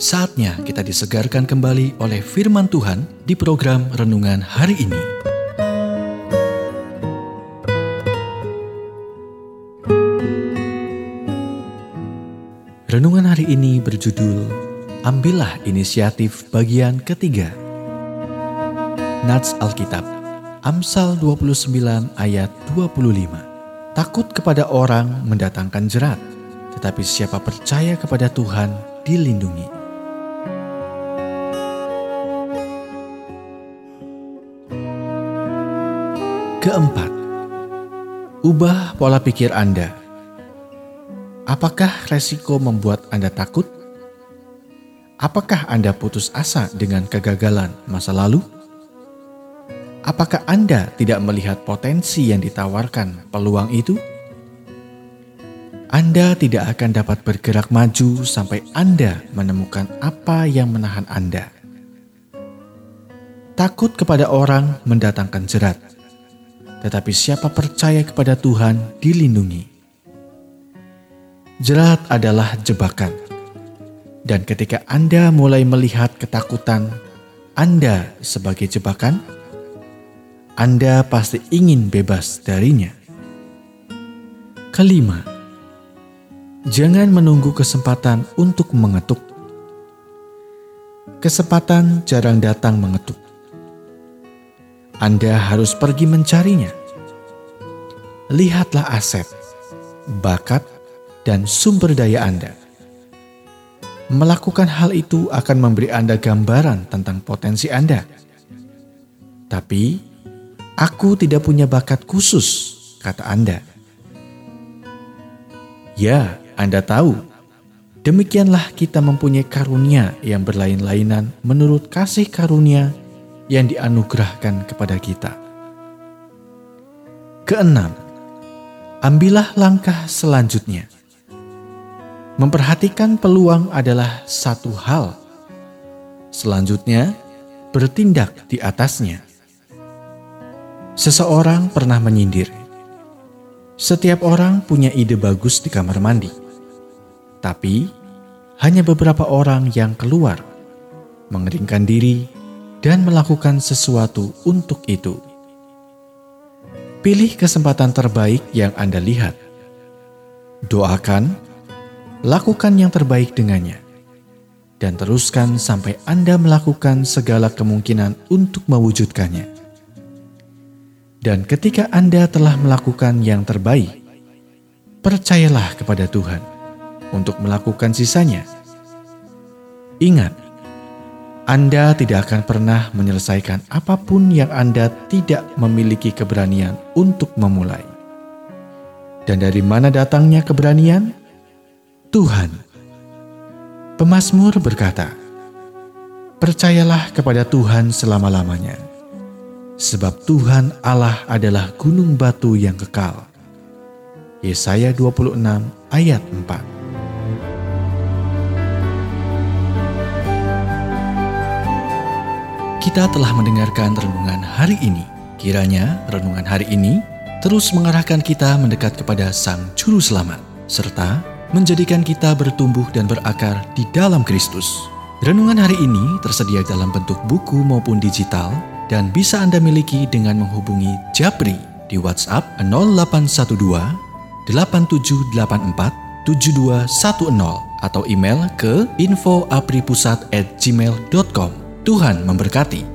Saatnya kita disegarkan kembali oleh firman Tuhan di program Renungan Hari Ini. Renungan hari ini berjudul Ambillah Inisiatif bagian ketiga. Nats Alkitab, Amsal 29 ayat 25. Takut kepada orang mendatangkan jerat, tetapi siapa percaya kepada Tuhan dilindungi. Keempat, ubah pola pikir Anda. Apakah resiko membuat Anda takut? Apakah Anda putus asa dengan kegagalan masa lalu? Apakah Anda tidak melihat potensi yang ditawarkan peluang itu? Anda tidak akan dapat bergerak maju sampai Anda menemukan apa yang menahan Anda. Takut kepada orang mendatangkan jerat, tetapi siapa percaya kepada Tuhan dilindungi. Jerat adalah jebakan, dan ketika Anda mulai melihat ketakutan Anda sebagai jebakan, Anda pasti ingin bebas darinya. Kelima, jangan menunggu kesempatan untuk mengetuk. Kesempatan jarang datang mengetuk. Anda harus pergi mencarinya. Lihatlah aset, bakat, dan sumber daya Anda. Melakukan hal itu akan memberi Anda gambaran tentang potensi Anda. Tapi, aku tidak punya bakat khusus, kata Anda. Ya, Anda tahu. Demikianlah kita mempunyai karunia yang berlain-lainan menurut kasih karunia yang dianugerahkan kepada kita. Keenam, ambillah langkah selanjutnya. Memperhatikan peluang adalah satu hal. Selanjutnya, bertindak di atasnya. Seseorang pernah menyindir, setiap orang punya ide bagus di kamar mandi, tapi hanya beberapa orang yang keluar, mengeringkan diri, dan melakukan sesuatu untuk itu. Pilih kesempatan terbaik yang Anda lihat. Doakan, lakukan yang terbaik dengannya, dan teruskan sampai Anda melakukan segala kemungkinan untuk mewujudkannya. Dan ketika Anda telah melakukan yang terbaik, percayalah kepada Tuhan untuk melakukan sisanya. Ingat, Anda tidak akan pernah menyelesaikan apapun yang Anda tidak memiliki keberanian untuk memulai. Dan dari mana datangnya keberanian? Tuhan. Pemazmur berkata, percayalah kepada Tuhan selama-lamanya, sebab Tuhan Allah adalah gunung batu yang kekal. Yesaya 26 ayat 4. Kita telah mendengarkan renungan hari ini. Kiranya renungan hari ini terus mengarahkan kita mendekat kepada Sang Juru Selamat, serta menjadikan kita bertumbuh dan berakar di dalam Kristus. Renungan hari ini tersedia dalam bentuk buku maupun digital dan bisa Anda miliki dengan menghubungi Japri di WhatsApp 0812 8784 7210 atau email ke info@apripusat@gmail.com. Tuhan memberkati.